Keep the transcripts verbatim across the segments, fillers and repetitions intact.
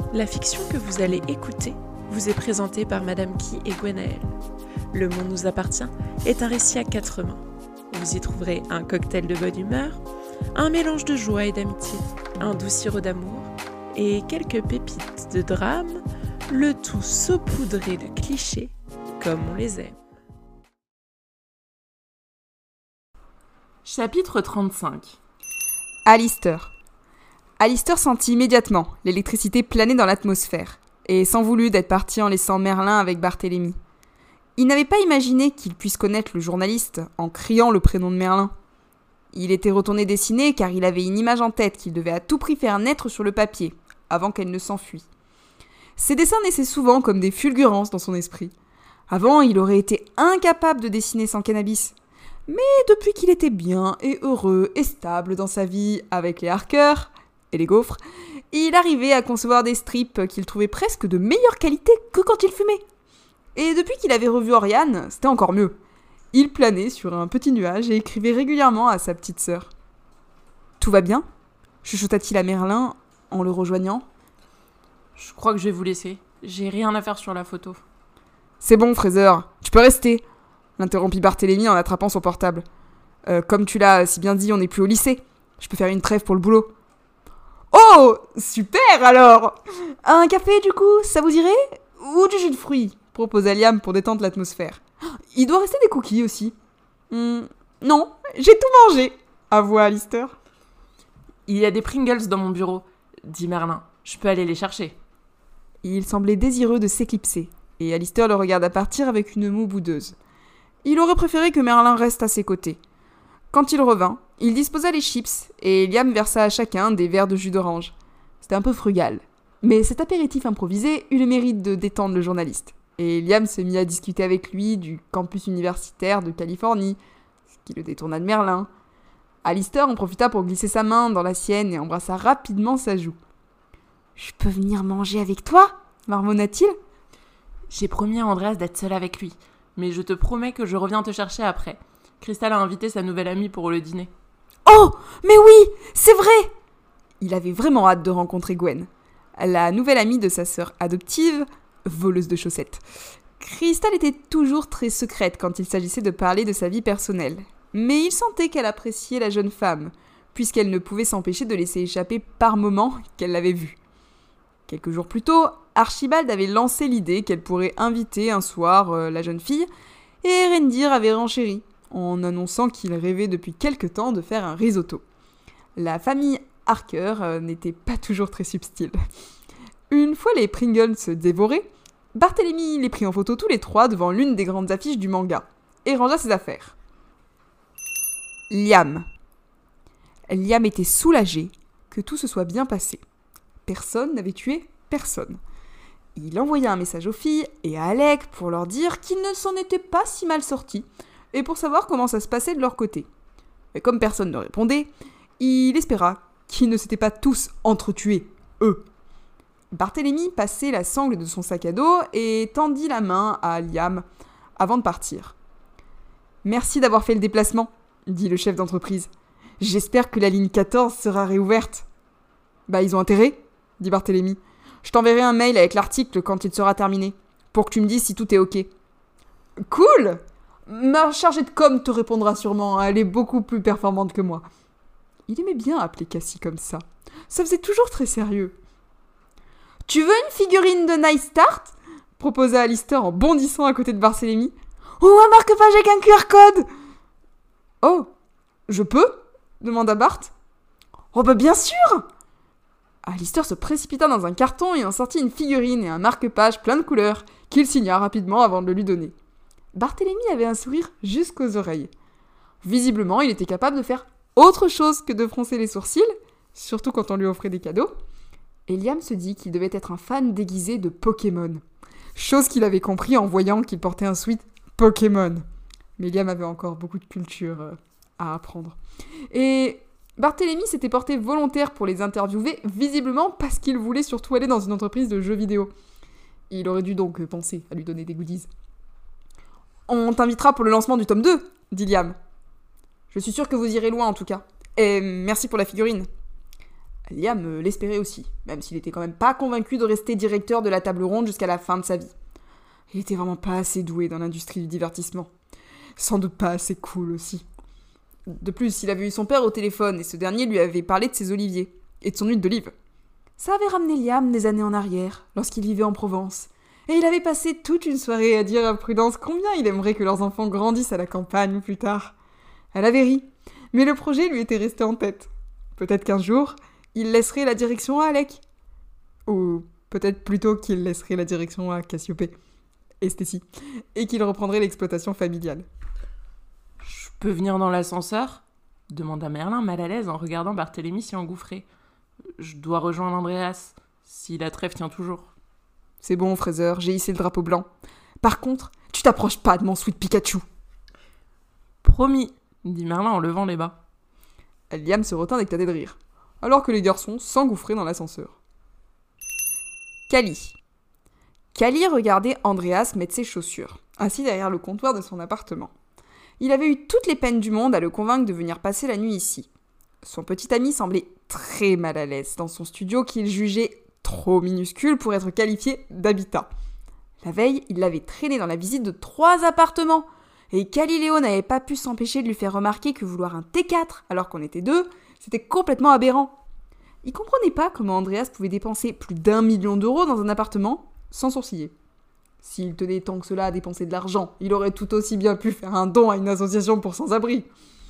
La fiction que vous allez écouter vous est présentée par Madame Key et Gwenaël. Le monde nous appartient est un récit à quatre mains. Vous y trouverez un cocktail de bonne humeur, un mélange de joie et d'amitié, un doux sirop d'amour et quelques pépites de drame, le tout saupoudré de clichés comme on les aime. Chapitre trente-cinq. Alistair. Alistair sentit immédiatement l'électricité planer dans l'atmosphère, et s'en voulut d'être parti en laissant Merlin avec Barthélemy. Il n'avait pas imaginé qu'il puisse connaître le journaliste en criant le prénom de Merlin. Il était retourné dessiner car il avait une image en tête qu'il devait à tout prix faire naître sur le papier, avant qu'elle ne s'enfuit. Ses dessins naissaient souvent comme des fulgurances dans son esprit. Avant, il aurait été incapable de dessiner sans cannabis. Mais depuis qu'il était bien et heureux et stable dans sa vie avec les Harker et les gaufres, il arrivait à concevoir des strips qu'il trouvait presque de meilleure qualité que quand il fumait. Et depuis qu'il avait revu Oriane, c'était encore mieux. Il planait sur un petit nuage et écrivait régulièrement à sa petite sœur. « Tout va bien ?» chuchota-t-il à Merlin en le rejoignant. « Je crois que je vais vous laisser. J'ai rien à faire sur la photo. »« C'est bon, Fraser, tu peux rester !» l'interrompit Barthélemy en attrapant son portable. Euh, « Comme tu l'as si bien dit, on n'est plus au lycée. Je peux faire une trêve pour le boulot. »« Oh, super alors ! Un café du coup, ça vous irait ? Ou du jus de fruits ?» proposa Liam pour détendre l'atmosphère. « Il doit rester des cookies aussi. Hum, »« Non, j'ai tout mangé !» avoua Alistair. « Il y a des Pringles dans mon bureau, » dit Merlin. « Je peux aller les chercher. » Il semblait désireux de s'éclipser, et Alistair le regarda partir avec une moue boudeuse. Il aurait préféré que Merlin reste à ses côtés. Quand il revint, il disposa les chips, et Liam versa à chacun des verres de jus d'orange. C'était un peu frugal. Mais cet apéritif improvisé eut le mérite de détendre le journaliste. Et Liam se mit à discuter avec lui du campus universitaire de Californie, ce qui le détourna de Merlin. Alistair en profita pour glisser sa main dans la sienne et embrassa rapidement sa joue. « Je peux venir manger avec toi ?» marmonna-t-il. « J'ai promis à Andreas d'être seul avec lui, mais je te promets que je reviens te chercher après. Crystal a invité sa nouvelle amie pour le dîner. »« Oh, mais oui, c'est vrai !» Il avait vraiment hâte de rencontrer Gwen, la nouvelle amie de sa sœur adoptive, voleuse de chaussettes. Crystal était toujours très secrète quand il s'agissait de parler de sa vie personnelle, mais il sentait qu'elle appréciait la jeune femme, puisqu'elle ne pouvait s'empêcher de laisser échapper par moments qu'elle l'avait vue. Quelques jours plus tôt, Archibald avait lancé l'idée qu'elle pourrait inviter un soir euh, la jeune fille, et Rendir avait renchéri, en annonçant qu'il rêvait depuis quelque temps de faire un risotto. La famille Harker euh, n'était pas toujours très subtile. Une fois les Pringles dévorés, Barthélemy les prit en photo tous les trois devant l'une des grandes affiches du manga, et rangea ses affaires. Liam. Liam était soulagé que tout se soit bien passé. Personne n'avait tué personne. Il envoya un message aux filles et à Alec pour leur dire qu'ils ne s'en étaient pas si mal sortis et pour savoir comment ça se passait de leur côté. Mais comme personne ne répondait, il espéra qu'ils ne s'étaient pas tous entretués, eux. Barthélemy passait la sangle de son sac à dos et tendit la main à Liam avant de partir. « Merci d'avoir fait le déplacement, » dit le chef d'entreprise. « J'espère que la ligne quatorze sera réouverte. »« Bah, ils ont intérêt, » dit Barthélemy. « Je t'enverrai un mail avec l'article quand il sera terminé, pour que tu me dises si tout est ok. »« Cool ! Ma chargée de com te répondra sûrement, elle est beaucoup plus performante que moi. » Il aimait bien appeler Cassie comme ça. Ça faisait toujours très sérieux. « Tu veux une figurine de Nice Start ?» proposa Alistair en bondissant à côté de Barthélemy. « Ou un marque-page avec un Q R code ?»« Oh, je peux ?» demanda Bart. « Oh bah bien sûr !» Alistair se précipita dans un carton et en sortit une figurine et un marque-page plein de couleurs, qu'il signa rapidement avant de le lui donner. Barthélemy avait un sourire jusqu'aux oreilles. Visiblement, il était capable de faire autre chose que de froncer les sourcils, surtout quand on lui offrait des cadeaux. Et Liam se dit qu'il devait être un fan déguisé de Pokémon. Chose qu'il avait compris en voyant qu'il portait un sweat Pokémon. Mais Liam avait encore beaucoup de culture euh, à apprendre. Et Barthélemy s'était porté volontaire pour les interviewer, visiblement parce qu'il voulait surtout aller dans une entreprise de jeux vidéo. Il aurait dû donc penser à lui donner des goodies. « On t'invitera pour le lancement du tome deux, » dit Liam. « Je suis sûr que vous irez loin en tout cas. Et merci pour la figurine. » Liam l'espérait aussi, même s'il était quand même pas convaincu de rester directeur de la table ronde jusqu'à la fin de sa vie. Il était vraiment pas assez doué dans l'industrie du divertissement. Sans doute pas assez cool aussi. De plus, il avait eu son père au téléphone et ce dernier lui avait parlé de ses oliviers et de son huile d'olive. Ça avait ramené Liam des années en arrière, lorsqu'il vivait en Provence. Et il avait passé toute une soirée à dire à Prudence combien il aimerait que leurs enfants grandissent à la campagne plus tard. Elle avait ri, mais le projet lui était resté en tête. Peut-être qu'un jour, il laisserait la direction à Alec. Ou peut-être plutôt qu'il laisserait la direction à Cassiopée et Stécie, et qu'il reprendrait l'exploitation familiale. « Je peux venir dans l'ascenseur ?» demanda Merlin mal à l'aise en regardant Barthélemy s'y engouffrer. « Je dois rejoindre Andreas, si la trêve tient toujours. » « C'est bon, Fraser, j'ai hissé le drapeau blanc. Par contre, tu t'approches pas de mon sweet Pikachu. » « Promis, » dit Merlin en levant les bas. Liam se retint d'éclater de rire, alors que les garçons s'engouffraient dans l'ascenseur. Callie. Callie regardait Andreas mettre ses chaussures, assis derrière le comptoir de son appartement. Il avait eu toutes les peines du monde à le convaincre de venir passer la nuit ici. Son petit ami semblait très mal à l'aise dans son studio qu'il jugeait trop minuscule pour être qualifié d'habitat. La veille, il l'avait traîné dans la visite de trois appartements, et Galileo n'avait pas pu s'empêcher de lui faire remarquer que vouloir un T quatre alors qu'on était deux, c'était complètement aberrant. Il comprenait pas comment Andreas pouvait dépenser plus d'un million d'euros dans un appartement sans sourciller. S'il tenait tant que cela à dépenser de l'argent, il aurait tout aussi bien pu faire un don à une association pour sans-abri.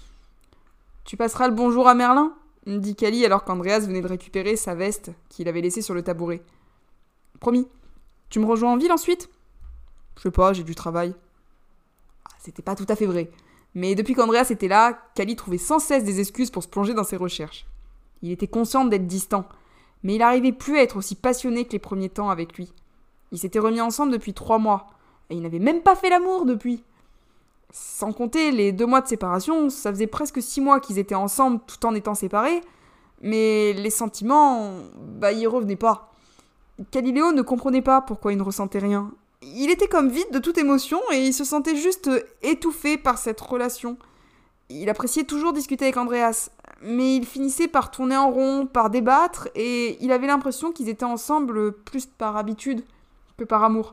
« Tu passeras le bonjour à Merlin ?» dit Callie alors qu'Andreas venait de récupérer sa veste qu'il avait laissée sur le tabouret. « Promis. Tu me rejoins en ville ensuite ?»« Je sais pas, j'ai du travail. » ah, C'était pas tout à fait vrai. Mais depuis qu'Andreas était là, Callie trouvait sans cesse des excuses pour se plonger dans ses recherches. Il était conscient d'être distant, mais il n'arrivait plus à être aussi passionné que les premiers temps avec lui. Ils s'étaient remis ensemble depuis trois mois, et ils n'avaient même pas fait l'amour depuis. Sans compter les deux mois de séparation, ça faisait presque six mois qu'ils étaient ensemble tout en étant séparés, mais les sentiments, bah ils revenaient pas. Galileo ne comprenait pas pourquoi il ne ressentait rien. Il était comme vide de toute émotion et il se sentait juste étouffé par cette relation. Il appréciait toujours discuter avec Andreas, mais il finissait par tourner en rond, par débattre, et il avait l'impression qu'ils étaient ensemble plus par habitude que par amour.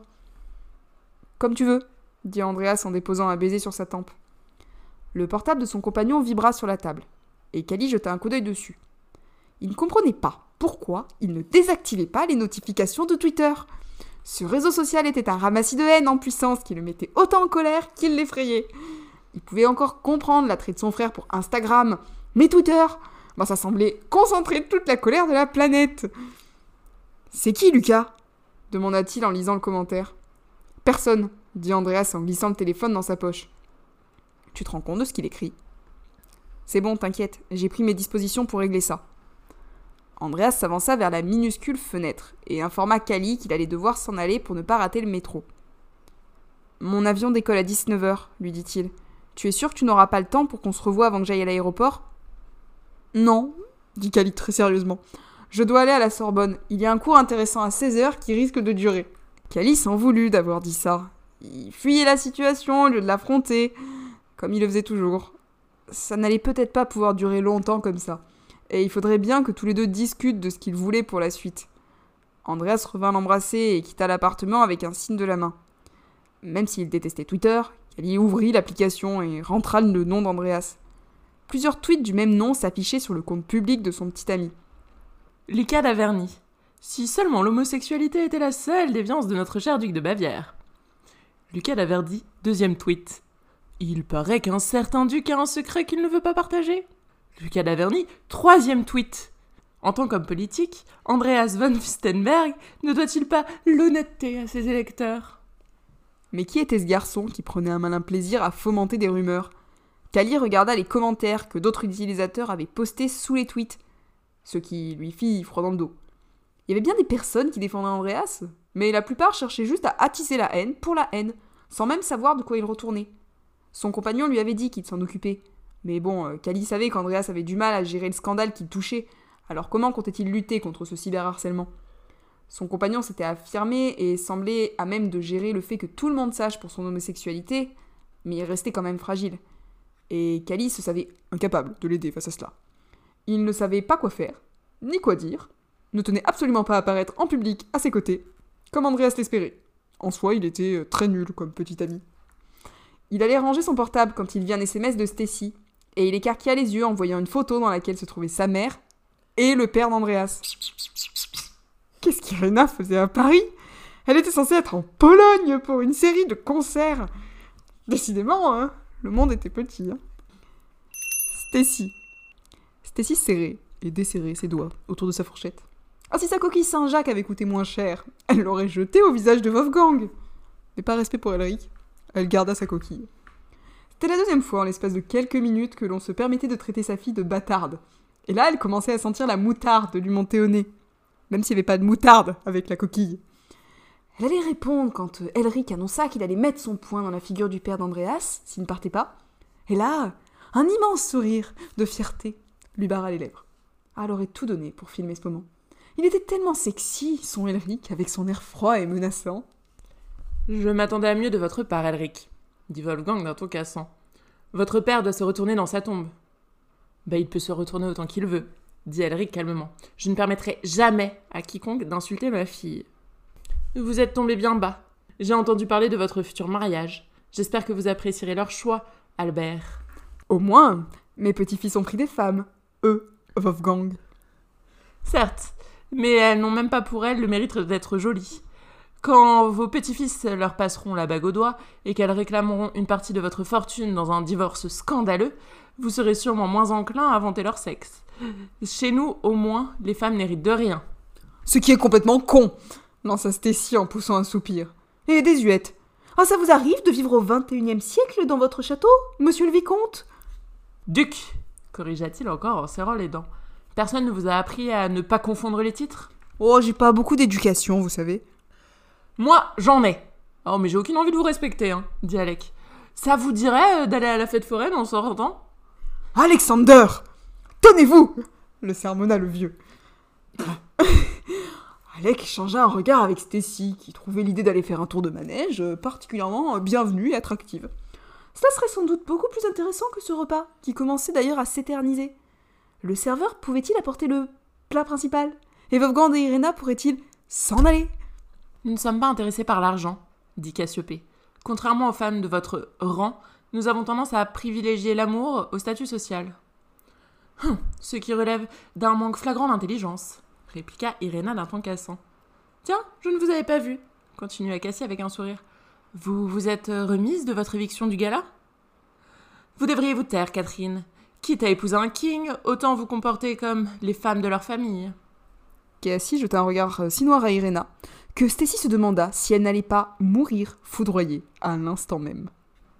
« Comme tu veux », dit Andreas en déposant un baiser sur sa tempe. Le portable de son compagnon vibra sur la table, et Callie jeta un coup d'œil dessus. Il ne comprenait pas pourquoi il ne désactivait pas les notifications de Twitter. Ce réseau social était un ramassis de haine en puissance qui le mettait autant en colère qu'il l'effrayait. Il pouvait encore comprendre l'attrait de son frère pour Instagram, mais Twitter, ben ça semblait concentrer toute la colère de la planète. « C'est qui, Lucas ?» demanda-t-il en lisant le commentaire. « Personne, » dit Andreas en glissant le téléphone dans sa poche. « Tu te rends compte de ce qu'il écrit ?»« C'est bon, t'inquiète, j'ai pris mes dispositions pour régler ça. » Andreas s'avança vers la minuscule fenêtre et informa Callie qu'il allait devoir s'en aller pour ne pas rater le métro. « Mon avion décolle à dix-neuf heures, lui dit-il. « Tu es sûr que tu n'auras pas le temps pour qu'on se revoie avant que j'aille à l'aéroport ?»« Non, » dit Callie très sérieusement. « Je dois aller à la Sorbonne. Il y a un cours intéressant à seize heures qui risque de durer. » Callie s'en voulut d'avoir dit ça. Il fuyait la situation au lieu de l'affronter, comme il le faisait toujours. Ça n'allait peut-être pas pouvoir durer longtemps comme ça, et il faudrait bien que tous les deux discutent de ce qu'ils voulaient pour la suite. Andreas revint l'embrasser et quitta l'appartement avec un signe de la main. Même s'il détestait Twitter, Callie ouvrit l'application et rentra le nom d'Andreas. Plusieurs tweets du même nom s'affichaient sur le compte public de son petit ami. Lucas Laverny. Si seulement l'homosexualité était la seule déviance de notre cher duc de Bavière. Lucas Laverny, deuxième tweet. Il paraît qu'un certain duc a un secret qu'il ne veut pas partager. Lucas Laverny, troisième tweet. En tant qu'homme politique, Andreas von Fürstenberg ne doit-il pas l'honnêteté à ses électeurs ? Mais qui était ce garçon qui prenait un malin plaisir à fomenter des rumeurs ? Callie regarda les commentaires que d'autres utilisateurs avaient postés sous les tweets, ce qui lui fit froid dans le dos. Il y avait bien des personnes qui défendaient Andreas, mais la plupart cherchaient juste à attiser la haine pour la haine, sans même savoir de quoi il retournait. Son compagnon lui avait dit qu'il s'en occupait. Mais bon, Callie savait qu'Andreas avait du mal à gérer le scandale qui le touchait, alors comment comptait-il lutter contre ce cyberharcèlement ? Son compagnon s'était affirmé et semblait à même de gérer le fait que tout le monde sache pour son homosexualité, mais il restait quand même fragile. Et Callie se savait incapable de l'aider face à cela. Il ne savait pas quoi faire, ni quoi dire, ne tenait absolument pas à apparaître en public à ses côtés, comme Andreas l'espérait. En soi, il était très nul comme petit ami. Il allait ranger son portable quand il vit un S M S de Stacy, et il écarquilla les yeux en voyant une photo dans laquelle se trouvait sa mère et le père d'Andreas. Qu'est-ce qu'Irena faisait à Paris ? Elle était censée être en Pologne pour une série de concerts. Décidément, hein, le monde était petit. Hein. Stacy. Stacy serrait et desserrait ses doigts autour de sa fourchette. Ah, si sa coquille Saint-Jacques avait coûté moins cher, elle l'aurait jetée au visage de Wolfgang. Mais par respect pour Elric, elle garda sa coquille. C'était la deuxième fois en l'espace de quelques minutes que l'on se permettait de traiter sa fille de bâtarde. Et là, elle commençait à sentir la moutarde lui monter au nez. Même s'il n'y avait pas de moutarde avec la coquille. Elle allait répondre quand Elric annonça qu'il allait mettre son poing dans la figure du père d'Andreas, s'il ne partait pas. Et là, un immense sourire de fierté lui barra les lèvres. Elle aurait tout donné pour filmer ce moment. Il était tellement sexy, son Elric, avec son air froid et menaçant. « Je m'attendais à mieux de votre part, Elric, » dit Wolfgang d'un ton cassant. « Votre père doit se retourner dans sa tombe. »« Bah, il peut se retourner autant qu'il veut, » dit Elric calmement. « Je ne permettrai jamais à quiconque d'insulter ma fille. » Vous êtes tombé bien bas. J'ai entendu parler de votre futur mariage. J'espère que vous apprécierez leur choix, Albert. Au moins, mes petits-fils ont pris des femmes. Eux, Wolfgang. Certes, mais elles n'ont même pas pour elles le mérite d'être jolies. Quand vos petits-fils leur passeront la bague au doigt et qu'elles réclameront une partie de votre fortune dans un divorce scandaleux, vous serez sûrement moins enclins à vanter leur sexe. Chez nous, au moins, les femmes n'héritent de rien. Ce qui est complètement con, lança Stacy en poussant un soupir. Et désuète. Ah, ça vous arrive de vivre au vingt et unième siècle dans votre château, monsieur le vicomte ? Duc, corrigea-t-il encore en serrant les dents. Personne ne vous a appris à ne pas confondre les titres ? Oh, j'ai pas beaucoup d'éducation, vous savez. Moi, j'en ai. Oh, mais j'ai aucune envie de vous respecter, hein, dit Alec. Ça vous dirait euh, d'aller à la fête foraine en sortant ? Alexander ! Tenez-vous ! Le sermonna le vieux. Alec échangea un regard avec Stacy, qui trouvait l'idée d'aller faire un tour de manège particulièrement bienvenue et attractive. Cela serait sans doute beaucoup plus intéressant que ce repas, qui commençait d'ailleurs à s'éterniser. Le serveur pouvait-il apporter le plat principal ? Et Wolfgang et Irena pourraient-ils s'en aller ? Nous ne sommes pas intéressés par l'argent, dit Cassiopée. Contrairement aux femmes de votre rang, nous avons tendance à privilégier l'amour au statut social. Hum, ce qui relève d'un manque flagrant d'intelligence, répliqua Irena d'un ton cassant. Tiens, je ne vous avais pas vu, continua Cassie avec un sourire. Vous vous êtes remise de votre éviction du gala ? Vous devriez vous taire, Catherine. Quitte à épouser un king, autant vous comporter comme les femmes de leur famille. Cassie jeta un regard si noir à Irena que Stacy se demanda si elle n'allait pas mourir foudroyée à l'instant même.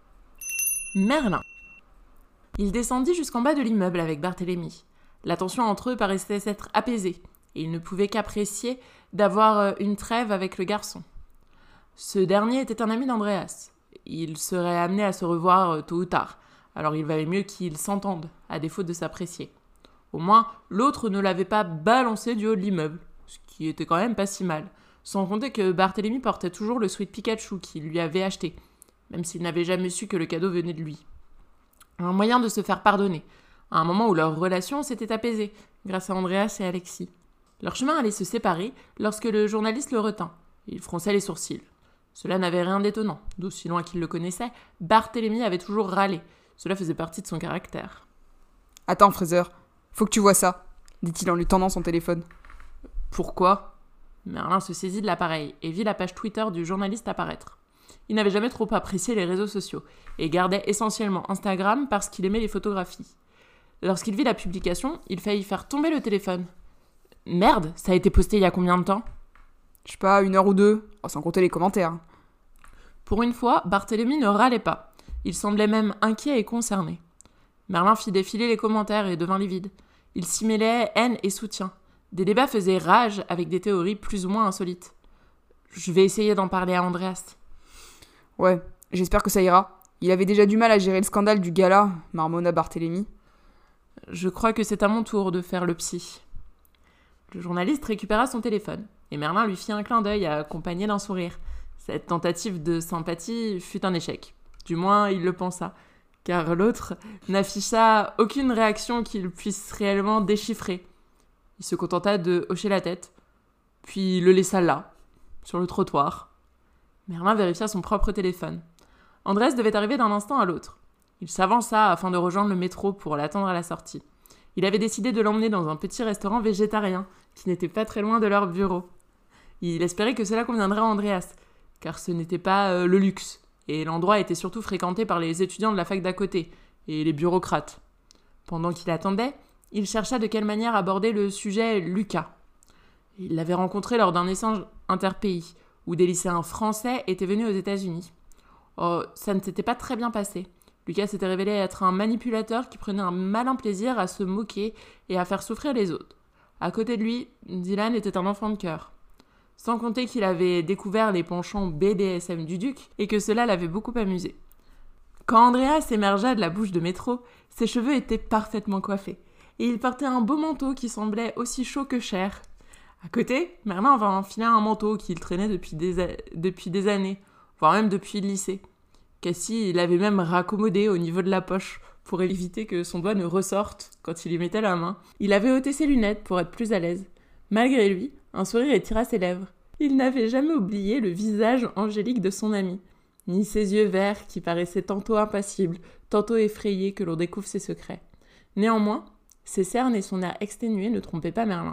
Merlin. Il descendit jusqu'en bas de l'immeuble avec Barthélemy. La tension entre eux paraissait s'être apaisée, et il ne pouvait qu'apprécier d'avoir une trêve avec le garçon. Ce dernier était un ami d'Andreas. Il serait amené à se revoir tôt ou tard, alors il valait mieux qu'ils s'entendent, à défaut de s'apprécier. Au moins, l'autre ne l'avait pas balancé du haut de l'immeuble, ce qui était quand même pas si mal, sans compter que Barthélemy portait toujours le sweat Pikachu qu'il lui avait acheté, même s'il n'avait jamais su que le cadeau venait de lui. Un moyen de se faire pardonner, à un moment où leur relation s'était apaisée, grâce à Andreas et Alexis. Leur chemin allait se séparer lorsque le journaliste le retint. Il fronçait les sourcils. Cela n'avait rien d'étonnant. D'aussi loin qu'il le connaissait, Barthélemy avait toujours râlé. Cela faisait partie de son caractère. « Attends, Fraser, faut que tu vois ça », dit-il en lui tendant son téléphone. « Pourquoi ?» Merlin se saisit de l'appareil et vit la page Twitter du journaliste apparaître. Il n'avait jamais trop apprécié les réseaux sociaux et gardait essentiellement Instagram parce qu'il aimait les photographies. Lorsqu'il vit la publication, il faillit faire tomber le téléphone. « Merde, ça a été posté il y a combien de temps ?» Je sais pas, une heure ou deux, oh, sans compter les commentaires. Pour une fois, Barthélemy ne râlait pas. Il semblait même inquiet et concerné. Merlin fit défiler les commentaires et devint livide. Il s'y mêlait haine et soutien. Des débats faisaient rage avec des théories plus ou moins insolites. Je vais essayer d'en parler à Andreas. Ouais, j'espère que ça ira. Il avait déjà du mal à gérer le scandale du gala, marmonna Barthélemy. Je crois que c'est à mon tour de faire le psy. Le journaliste récupéra son téléphone, et Merlin lui fit un clin d'œil accompagné d'un sourire. Cette tentative de sympathie fut un échec. Du moins, il le pensa, car l'autre n'afficha aucune réaction qu'il puisse réellement déchiffrer. Il se contenta de hocher la tête, puis le laissa là, sur le trottoir. Merlin vérifia son propre téléphone. Andrés devait arriver d'un instant à l'autre. Il s'avança afin de rejoindre le métro pour l'attendre à la sortie. Il avait décidé de l'emmener dans un petit restaurant végétarien qui n'était pas très loin de leur bureau. Il espérait que cela conviendrait à Andreas, car ce n'était pas euh, le luxe, et l'endroit était surtout fréquenté par les étudiants de la fac d'à côté, et les bureaucrates. Pendant qu'il attendait, il chercha de quelle manière aborder le sujet Lucas. Il l'avait rencontré lors d'un échange interpays, où des lycéens français étaient venus aux États-Unis. Oh, ça ne s'était pas très bien passé. Lucas s'était révélé être un manipulateur qui prenait un malin plaisir à se moquer et à faire souffrir les autres. À côté de lui, Dylan était un enfant de cœur. Sans compter qu'il avait découvert les penchants B D S M du duc et que cela l'avait beaucoup amusé. Quand Andreas émergea de la bouche de métro, ses cheveux étaient parfaitement coiffés et il portait un beau manteau qui semblait aussi chaud que cher. À côté, Merlin avait enfilé un manteau qu'il traînait depuis des, a... depuis des années, voire même depuis le lycée. Cassie l'avait même raccommodé au niveau de la poche pour éviter que son doigt ne ressorte quand il y mettait la main. Il avait ôté ses lunettes pour être plus à l'aise. Malgré lui, un sourire étira ses lèvres. Il n'avait jamais oublié le visage angélique de son ami, ni ses yeux verts qui paraissaient tantôt impassibles, tantôt effrayés que l'on découvre ses secrets. Néanmoins, ses cernes et son air exténué ne trompaient pas Merlin.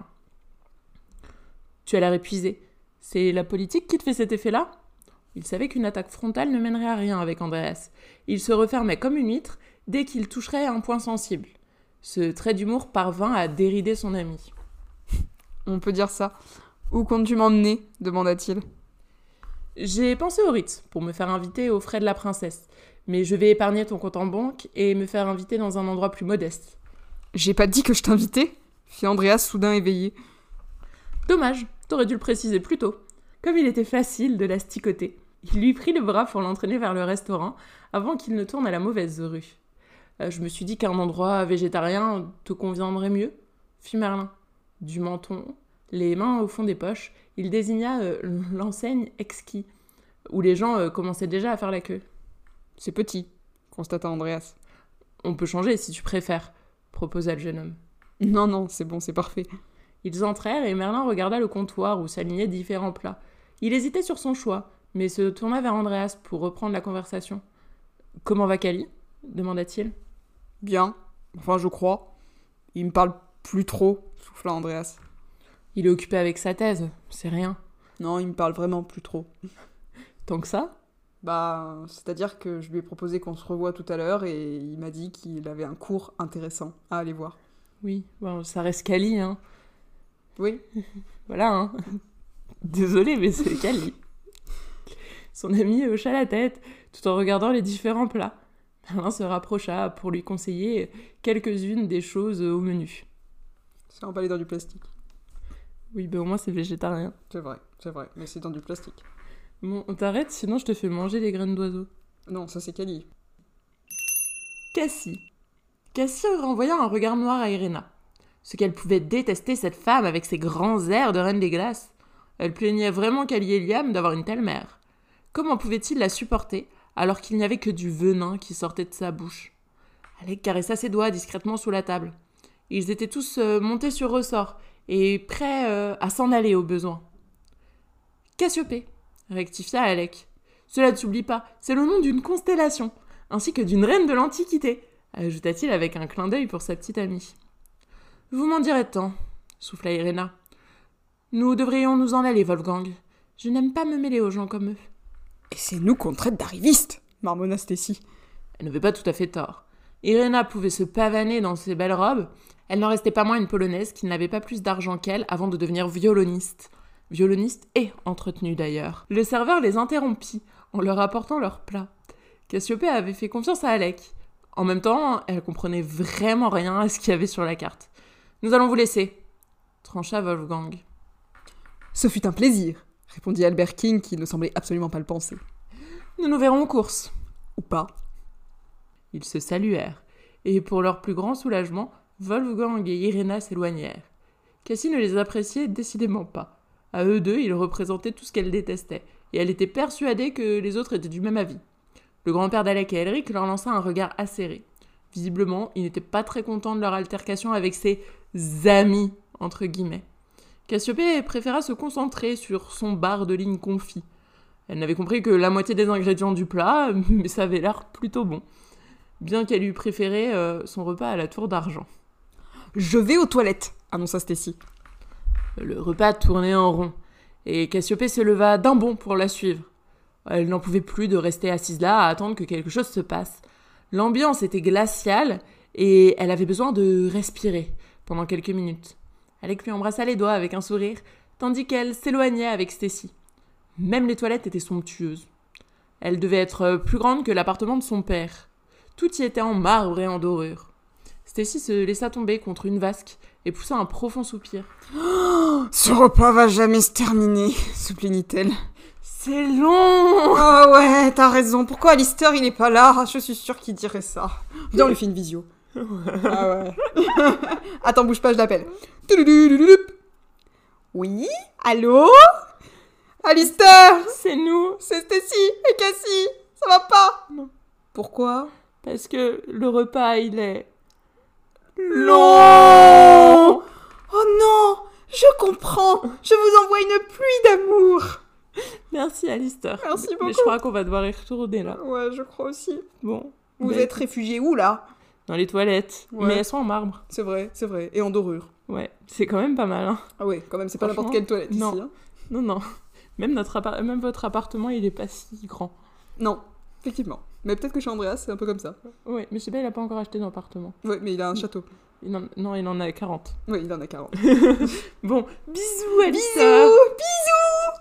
« Tu as l'air épuisé. C'est la politique qui te fait cet effet-là ?» Il savait qu'une attaque frontale ne mènerait à rien avec Andreas. Il se refermait comme une huître dès qu'il toucherait un point sensible. Ce trait d'humour parvint à dérider son ami. « On peut dire ça. Où comptes-tu m'emmener ?» demanda-t-il. « J'ai pensé au Ritz pour me faire inviter aux frais de la princesse. Mais je vais épargner ton compte en banque et me faire inviter dans un endroit plus modeste. »« J'ai pas dit que je t'invitais ?» fit Andreas soudain éveillé. « Dommage, t'aurais dû le préciser plus tôt. » Comme il était facile de l'asticoter, il lui prit le bras pour l'entraîner vers le restaurant avant qu'il ne tourne à la mauvaise rue. Euh, « Je me suis dit qu'un endroit végétarien te conviendrait mieux, » fit Merlin. Du menton, les mains au fond des poches, il désigna euh, l'enseigne exquis, où les gens euh, commençaient déjà à faire la queue. « C'est petit, » constata Andreas. « On peut changer si tu préfères, » proposa le jeune homme. « Non, non, c'est bon, c'est parfait. » Ils entrèrent et Merlin regarda le comptoir où s'alignaient différents plats. Il hésitait sur son choix, mais se tourna vers Andreas pour reprendre la conversation. « Comment va Cali ?» demanda-t-il. « Bien, enfin je crois. Il me parle plus trop, » souffla Andreas. « Il est occupé avec sa thèse, c'est rien. »« Non, il me parle vraiment plus trop. » »« Tant que ça ?»« Bah, c'est-à-dire que je lui ai proposé qu'on se revoie tout à l'heure et il m'a dit qu'il avait un cours intéressant à aller voir. » »« Oui, bon, ça reste Cali, hein. » »« Oui. » »« Voilà, hein. Désolé, mais c'est Cali. » Son ami hocha la tête, tout en regardant les différents plats. Merlin se rapprocha pour lui conseiller quelques-unes des choses au menu. C'est emballé dans du plastique. Oui, ben au moins c'est végétarien. C'est vrai, c'est vrai, mais c'est dans du plastique. Bon, on t'arrête, sinon je te fais manger les graines d'oiseau. Non, ça c'est Cali. Cassie. Cassie renvoya un regard noir à Irena. Ce qu'elle pouvait détester cette femme avec ses grands airs de reine des glaces. Elle plaignait vraiment Cali et Liam d'avoir une telle mère. Comment pouvait-il la supporter alors qu'il n'y avait que du venin qui sortait de sa bouche? Alec caressa ses doigts discrètement sous la table. Ils étaient tous euh, montés sur ressort et prêts euh, à s'en aller au besoin. Cassiopée, rectifia Alec. Cela ne s'oublie pas, c'est le nom d'une constellation, ainsi que d'une reine de l'Antiquité, ajouta-t-il avec un clin d'œil pour sa petite amie. Vous m'en direz tant, souffla Irena. Nous devrions nous en aller, Wolfgang. Je n'aime pas me mêler aux gens comme eux. Et c'est nous qu'on traite d'arrivistes, marmonna Stacy. Elle n'avait pas tout à fait tort. Irena pouvait se pavaner dans ses belles robes. Elle n'en restait pas moins une polonaise qui n'avait pas plus d'argent qu'elle avant de devenir violoniste. Violoniste et entretenue d'ailleurs. Le serveur les interrompit en leur apportant leur plat. Cassiopée avait fait confiance à Alec. En même temps, elle comprenait vraiment rien à ce qu'il y avait sur la carte. « Nous allons vous laisser », trancha Wolfgang. « Ce fut un plaisir », répondit Albert King qui ne semblait absolument pas le penser. « Nous nous verrons en course. » Ou pas. Ils se saluèrent, et pour leur plus grand soulagement, Wolfgang et Irena s'éloignèrent. Cassie ne les appréciait décidément pas. À eux deux, ils représentaient tout ce qu'elle détestait, et elle était persuadée que les autres étaient du même avis. Le grand-père d'Alec et Elric leur lança un regard acéré. Visiblement, il n'était pas très content de leur altercation avec ses « amis » entre guillemets. Cassiopée préféra se concentrer sur son bar de ligne confit. Elle n'avait compris que la moitié des ingrédients du plat, mais ça avait l'air plutôt bon. Bien qu'elle eût préféré euh, son repas à la tour d'argent. « Je vais aux toilettes !» annonça Stacy. Le repas tournait en rond, et Cassiopée se leva d'un bond pour la suivre. Elle n'en pouvait plus de rester assise là à attendre que quelque chose se passe. L'ambiance était glaciale, et elle avait besoin de respirer pendant quelques minutes. Alec lui embrassa les doigts avec un sourire, tandis qu'elle s'éloignait avec Stacy. Même les toilettes étaient somptueuses. Elles devaient être plus grandes que l'appartement de son père. Tout y était en marbre et en dorure. Stacy se laissa tomber contre une vasque et poussa un profond soupir. Oh, « Ce repas va jamais se terminer !» se plaignit-elle. « C'est long !»« Ah ouais, t'as raison. Pourquoi Alistair, il est pas là ? Je suis sûre qu'il dirait ça. Viens, on lui fait une visio. » Ah ouais. Attends, bouge pas, je l'appelle. Oui ? Allô ? Alistair ? C'est nous. C'est Stacy et Cassie. Ça va pas ? Non. Pourquoi ? Parce que le repas, il est... long. Oh non, je comprends. Je vous envoie une pluie d'amour. Merci Alistair. Merci beaucoup. Mais je crois qu'on va devoir y retourner là. Ouais, je crois aussi. Bon. Vous ben, êtes réfugiés où là ? Dans les toilettes. Ouais. Mais elles sont en marbre. C'est vrai, c'est vrai. Et en dorure. Ouais, c'est quand même pas mal. Hein. Ah ouais, quand même, c'est pas n'importe quelle toilette non. ici. Hein. Non, non. Même, notre appart- même votre appartement, il est pas si grand. Non, effectivement. Mais peut-être que chez Andreas, c'est un peu comme ça. Ouais, mais je sais pas, il a pas encore acheté d'appartement. Ouais, mais il a un château. Il en... Non, il en a quarante. Oui, il en a quarante. Bon, bisous Alistair. Bisous, bisous.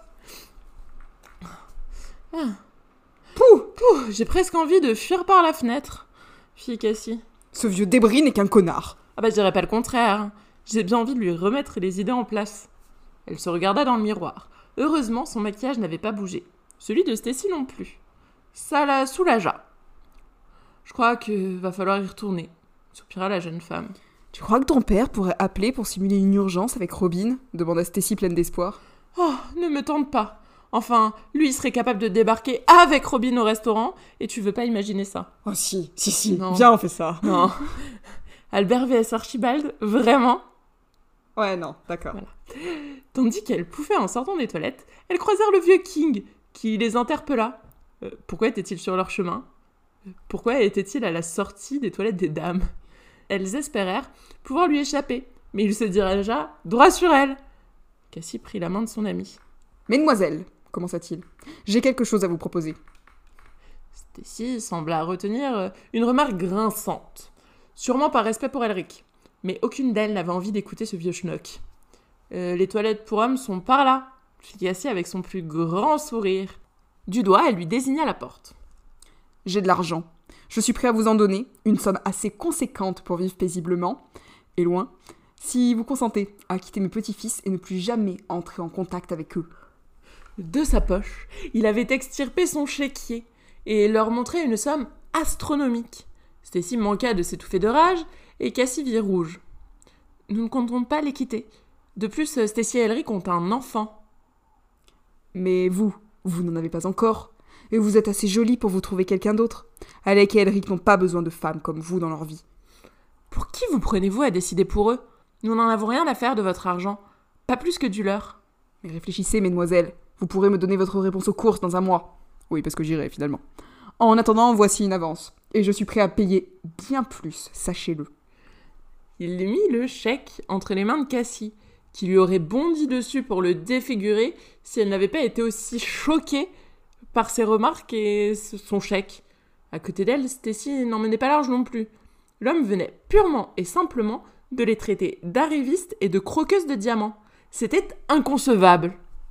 Ah. Pouh, pouh, j'ai presque envie de fuir par la fenêtre, fille Cassie. Ce vieux débris n'est qu'un connard. Ah bah je dirais pas le contraire. J'ai bien envie de lui remettre les idées en place. Elle se regarda dans le miroir. Heureusement, son maquillage n'avait pas bougé. Celui de Stacy non plus. Ça la soulagea. Je crois que va falloir y retourner, soupira la jeune femme. Tu crois que ton père pourrait appeler pour simuler une urgence avec Robin ? Demanda Stacy pleine d'espoir. Oh, ne me tente pas. Enfin, lui, il serait capable de débarquer avec Robin au restaurant, et tu veux pas imaginer ça. Oh si, si, si, non. Viens, on fait ça. Non. Albert vs Archibald, vraiment ? Ouais, non, d'accord. Voilà. Tandis qu'elle pouffait en sortant des toilettes, elles croisèrent le vieux King, qui les interpella. Euh, pourquoi était-il sur leur chemin ? Pourquoi était-il à la sortie des toilettes des dames ? Elles espérèrent pouvoir lui échapper, mais il se dirigea droit sur elle. Cassie prit la main de son amie. « Mesdemoiselles, commença-t-il, j'ai quelque chose à vous proposer. » Stacy sembla retenir une remarque grinçante, sûrement par respect pour Elric, mais aucune d'elles n'avait envie d'écouter ce vieux schnock. Euh, « Les toilettes pour hommes sont par là », fit Cassie avec son plus grand sourire. Du doigt, elle lui désigna la porte. « J'ai de l'argent. Je suis prêt à vous en donner, une somme assez conséquente pour vivre paisiblement, et loin, si vous consentez à quitter mes petits-fils et ne plus jamais entrer en contact avec eux. » De sa poche, il avait extirpé son chéquier et leur montrait une somme astronomique. Stacy manqua de s'étouffer de rage et Cassie vit rouge. « Nous ne comptons pas les quitter. De plus, Stacy et Elric ont un enfant. »« Mais vous, vous n'en avez pas encore. Et vous êtes assez jolie pour vous trouver quelqu'un d'autre. Alec et Elric n'ont pas besoin de femmes comme vous dans leur vie. »« Pour qui vous prenez-vous à décider pour eux ? Nous n'en avons rien à faire de votre argent. Pas plus que du leur. »« Mais réfléchissez, mesdemoiselles. Vous pourrez me donner votre réponse aux courses dans un mois. Oui, parce que j'irai, finalement. En attendant, voici une avance. Et je suis prêt à payer bien plus, sachez-le. » Il mit le chèque entre les mains de Cassie, qui lui aurait bondi dessus pour le défigurer si elle n'avait pas été aussi choquée par ses remarques et son chèque. À côté d'elle, Stacy n'en menait pas large non plus. L'homme venait purement et simplement de les traiter d'arrivistes et de croqueuses de diamants. C'était inconcevable.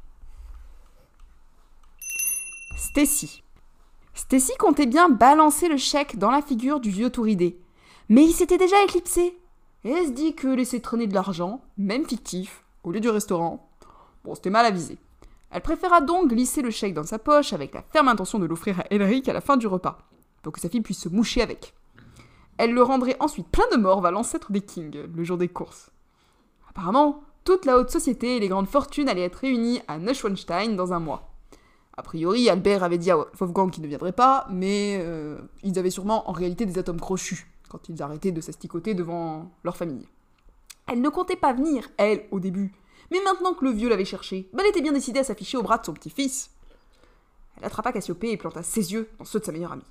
Stacy. Stacy comptait bien balancer le chèque dans la figure du vieux Touridé. Mais il s'était déjà éclipsé. Et elle se dit que laisser traîner de l'argent, même fictif, au lieu du restaurant, bon, c'était mal avisé. Elle préféra donc glisser le chèque dans sa poche avec la ferme intention de l'offrir à Elric à la fin du repas, pour que sa fille puisse se moucher avec. Elle le rendrait ensuite plein de morve à l'ancêtre des Kings, le jour des courses. Apparemment, toute la haute société et les grandes fortunes allaient être réunies à Neuschwanstein dans un mois. A priori, Albert avait dit à Wolfgang qu'il ne viendrait pas, mais euh, ils avaient sûrement en réalité des atomes crochus quand ils arrêtaient de s'asticoter devant leur famille. Elle ne comptait pas venir, elle, au début. Mais maintenant que le vieux l'avait cherchée, ben elle était bien décidée à s'afficher au bras de son petit-fils. Elle attrapa Cassiopée et planta ses yeux dans ceux de sa meilleure amie.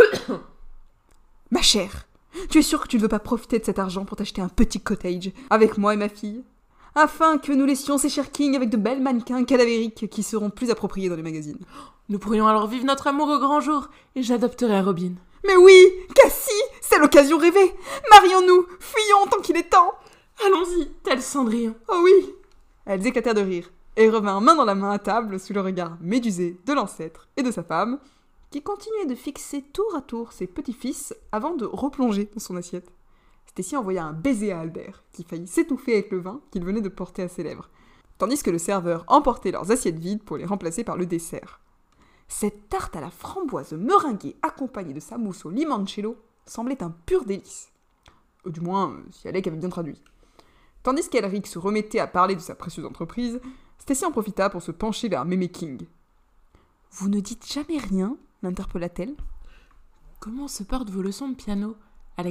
« Ma chère, tu es sûre que tu ne veux pas profiter de cet argent pour t'acheter un petit cottage avec moi et ma fille, afin que nous laissions ces chers kings avec de belles mannequins cadavériques qui seront plus appropriés dans les magazines. Nous pourrions alors vivre notre amour au grand jour, et j'adopterai Robin. » Mais oui, Cassie, c'est l'occasion rêvée. Marions-nous, fuyons tant qu'il est temps. Allons-y, tel Cendrillon. Oh oui. Elles éclatèrent de rire et revinrent main dans la main à table sous le regard médusé de l'ancêtre et de sa femme, qui continuait de fixer tour à tour ses petits-fils avant de replonger dans son assiette. Stacy envoya un baiser à Albert, qui faillit s'étouffer avec le vin qu'il venait de porter à ses lèvres, tandis que le serveur emportait leurs assiettes vides pour les remplacer par le dessert. Cette tarte à la framboise meringuée accompagnée de sa mousse au limoncello semblait un pur délice. Euh, du moins, euh, si Alec avait bien traduit. Tandis qu'Elric se remettait à parler de sa précieuse entreprise, Stacy en profita pour se pencher vers Mémé King. « Vous ne dites jamais rien ?» l'interpella-t-elle. « Comment se portent vos leçons de piano, Alexander ?»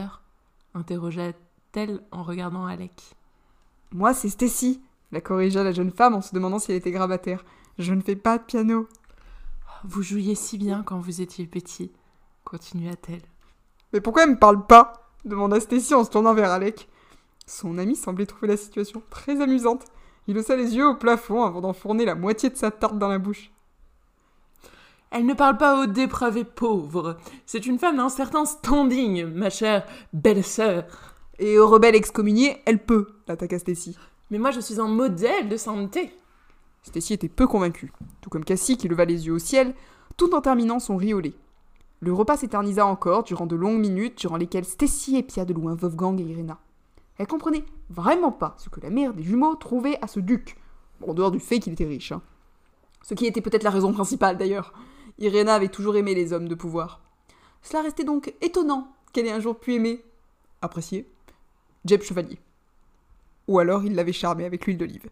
interrogea-t-elle en regardant Alec. « Moi, c'est Stacy », la corrigea la jeune femme en se demandant si elle était grabataire. « Je ne fais pas de piano. » « Vous jouiez si bien quand vous étiez petit, » continua-t-elle. « Mais pourquoi elle me parle pas ?» demanda Stacy en se tournant vers Alec. Son ami semblait trouver la situation très amusante. Il haussa les yeux au plafond avant d'enfourner la moitié de sa tarte dans la bouche. « Elle ne parle pas aux dépravés pauvres. C'est une femme d'un certain standing, ma chère belle-sœur. »« Et aux rebelles excommuniés, elle peut, » l'attaqua Stacy. « Mais moi, je suis un modèle de sainteté. » Stacy était peu convaincue, tout comme Cassie qui leva les yeux au ciel, tout en terminant son riz au lait. Le repas s'éternisa encore durant de longues minutes, durant lesquelles Stacy épia de loin Wolfgang et Irena. Elle comprenait vraiment pas ce que la mère des jumeaux trouvait à ce duc, en dehors du fait qu'il était riche. Hein. Ce qui était peut-être la raison principale d'ailleurs. Irena avait toujours aimé les hommes de pouvoir. Cela restait donc étonnant qu'elle ait un jour pu aimer, apprécier, Jeb Chevalier. Ou alors il l'avait charmé avec l'huile d'olive.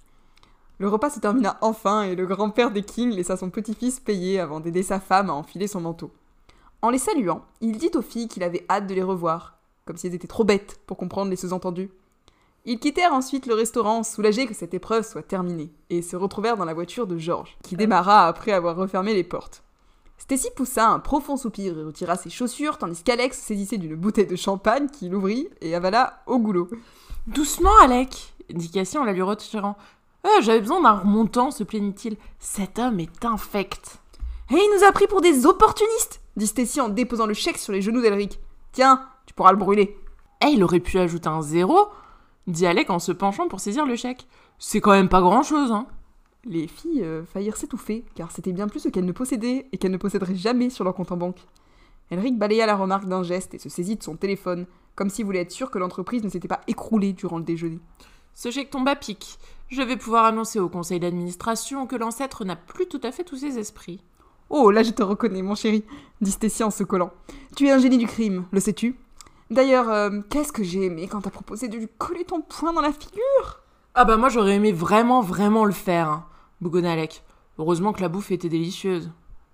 Le repas se termina enfin et le grand-père des Kings laissa son petit-fils payer avant d'aider sa femme à enfiler son manteau. En les saluant, il dit aux filles qu'il avait hâte de les revoir, comme si elles étaient trop bêtes pour comprendre les sous-entendus. Ils quittèrent ensuite le restaurant, soulagés que cette épreuve soit terminée, et se retrouvèrent dans la voiture de George, qui démarra après avoir refermé les portes. Stacy poussa un profond soupir et retira ses chaussures, tandis qu'Alex saisissait d'une bouteille de champagne qu'il ouvrit et avala au goulot. « Doucement, Alec !» dit Cassie en la lui retirant. Euh, j'avais besoin d'un remontant, se plaignit-il. Cet homme est infect. Et il nous a pris pour des opportunistes, dit Stacy en déposant le chèque sur les genoux d'Elric. Tiens, tu pourras le brûler. Eh, il aurait pu ajouter un zéro, dit Alec en se penchant pour saisir le chèque. C'est quand même pas grand-chose, hein. Les filles euh, faillirent s'étouffer, car c'était bien plus ce qu'elles ne possédaient et qu'elles ne posséderaient jamais sur leur compte en banque. Elric balaya la remarque d'un geste et se saisit de son téléphone, comme s'il voulait être sûr que l'entreprise ne s'était pas écroulée durant le déjeuner. Ce chèque tombe à pic. Je vais pouvoir annoncer au conseil d'administration que l'ancêtre n'a plus tout à fait tous ses esprits. Oh, là je te reconnais, mon chéri, dit Stacy en se collant. Tu es un génie du crime, le sais-tu ? D'ailleurs, euh, qu'est-ce que j'ai aimé quand t'as proposé de lui coller ton poing dans la figure ? Ah bah moi j'aurais aimé vraiment, vraiment le faire, hein, bougonna Alec. Heureusement que la bouffe était délicieuse.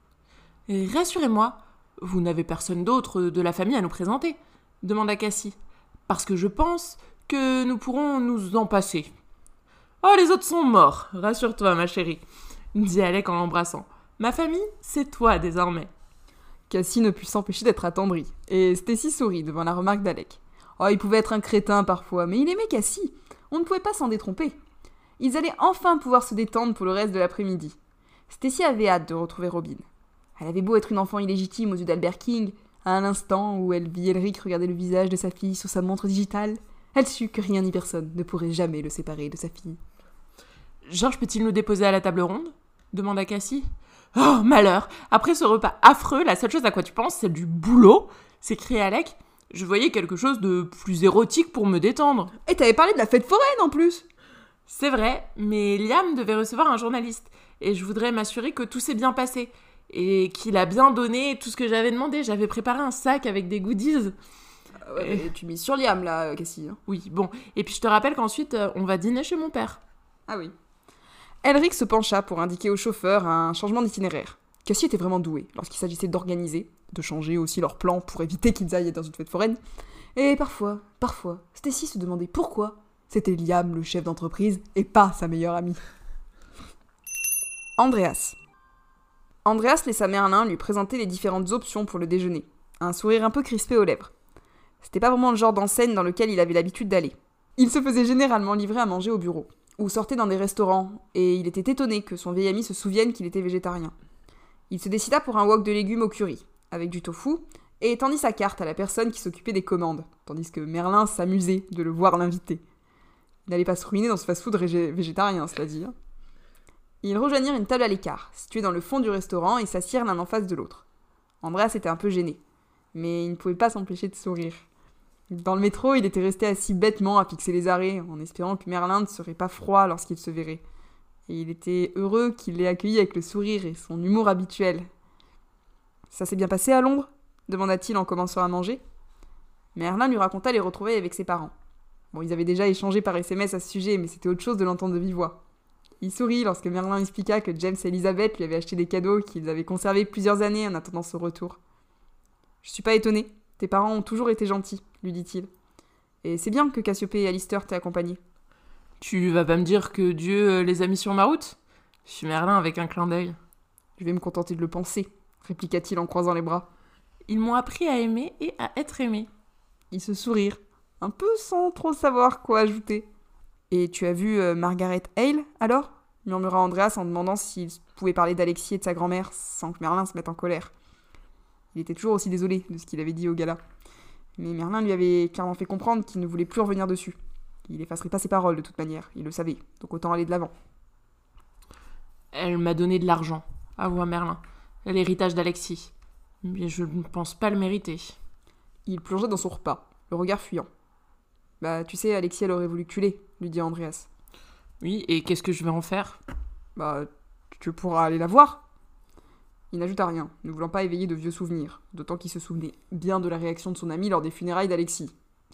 Et rassurez-moi, vous n'avez personne d'autre de la famille à nous présenter, demanda Cassie. Parce que je pense que nous pourrons nous en passer. Oh, les autres sont morts, rassure-toi, ma chérie, dit Alec en l'embrassant. Ma famille, c'est toi désormais. Cassie ne put s'empêcher d'être attendrie, et Stacy sourit devant la remarque d'Alec. Oh, il pouvait être un crétin parfois, mais il aimait Cassie. On ne pouvait pas s'en détromper. Ils allaient enfin pouvoir se détendre pour le reste de l'après-midi. Stacy avait hâte de retrouver Robin. Elle avait beau être une enfant illégitime aux yeux d'Albert King, à l'instant où elle vit Elric regarder le visage de sa fille sur sa montre digitale, elle sut que rien ni personne ne pourrait jamais le séparer de sa fille. « Georges peut-il nous déposer à la table ronde ?» demanda Cassie. « Oh, malheur! Après ce repas affreux, la seule chose à quoi tu penses, c'est du boulot !» s'écria Alec. « Je voyais quelque chose de plus érotique pour me détendre. » Et t'avais parlé de la fête foraine en plus !»« C'est vrai, mais Liam devait recevoir un journaliste, et je voudrais m'assurer que tout s'est bien passé, et qu'il a bien donné tout ce que j'avais demandé. J'avais préparé un sac avec des goodies. » Ouais, et... tu mises sur Liam, là, Cassie. Hein. Oui, bon. Et puis je te rappelle qu'ensuite, euh, on va dîner chez mon père. Ah oui. Elric se pencha pour indiquer au chauffeur un changement d'itinéraire. Cassie était vraiment douée lorsqu'il s'agissait d'organiser, de changer aussi leurs plans pour éviter qu'ils aillent dans une fête foraine, Et parfois, parfois, Stacy se demandait pourquoi c'était Liam le chef d'entreprise et pas sa meilleure amie. Andreas. Andreas laissa Merlin lui présenter les différentes options pour le déjeuner, un sourire un peu crispé aux lèvres. C'était pas vraiment le genre d'enseigne dans lequel il avait l'habitude d'aller. Il se faisait généralement livrer à manger au bureau, ou sortait dans des restaurants, et il était étonné que son vieil ami se souvienne qu'il était végétarien. Il se décida pour un wok de légumes au curry, avec du tofu, et tendit sa carte à la personne qui s'occupait des commandes, tandis que Merlin s'amusait de le voir l'inviter. Il n'allait pas se ruiner dans ce fast-food régé- végétarien, cela dit. Hein. Ils rejoignirent une table à l'écart, située dans le fond du restaurant, et s'assirent l'un en face de l'autre. Andreas était un peu gêné, mais il ne pouvait pas s'empêcher de sourire. Dans le métro, il était resté assis bêtement à fixer les arrêts, en espérant que Merlin ne serait pas froid lorsqu'il se verrait. Et il était heureux qu'il l'ait accueilli avec le sourire et son humour habituel. « Ça s'est bien passé à Londres ?» demanda-t-il en commençant à manger. Merlin lui raconta les retrouvailles avec ses parents. Bon, ils avaient déjà échangé par S M S à ce sujet, mais c'était autre chose de l'entendre de vive voix. Il sourit lorsque Merlin expliqua que James et Elizabeth lui avaient acheté des cadeaux qu'ils avaient conservés plusieurs années en attendant son retour. « Je suis pas étonné. Tes parents ont toujours été gentils, » lui dit-il. « Et c'est bien que Cassiopée et Alistair t'aient accompagné. » Tu vas pas me dire que Dieu les a mis sur ma route ? Fit Merlin avec un clin d'œil. « Je vais me contenter de le penser, » répliqua-t-il en croisant les bras. Ils m'ont appris à aimer et à être aimé. Ils se sourirent, un peu sans trop savoir quoi ajouter. « Et tu as vu euh, Margaret Hale, alors ?» murmura Andreas en demandant s'il pouvait parler d'Alexis et de sa grand-mère sans que Merlin se mette en colère. Il était toujours aussi désolé de ce qu'il avait dit au gala. Mais Merlin lui avait clairement fait comprendre qu'il ne voulait plus revenir dessus. Il effacerait pas ses paroles de toute manière, il le savait, donc autant aller de l'avant. Elle m'a donné de l'argent, avoua Merlin. L'héritage d'Alexis. Mais je ne pense pas le mériter. Il plongeait dans son repas, le regard fuyant. Bah, tu sais, Alexis, elle aurait voulu que tu l'aies, lui dit Andreas. Oui, et qu'est-ce que je vais en faire ? Bah, tu pourras aller la voir. Il n'ajouta rien, ne voulant pas éveiller de vieux souvenirs, d'autant qu'il se souvenait bien de la réaction de son ami lors des funérailles d'Alexis.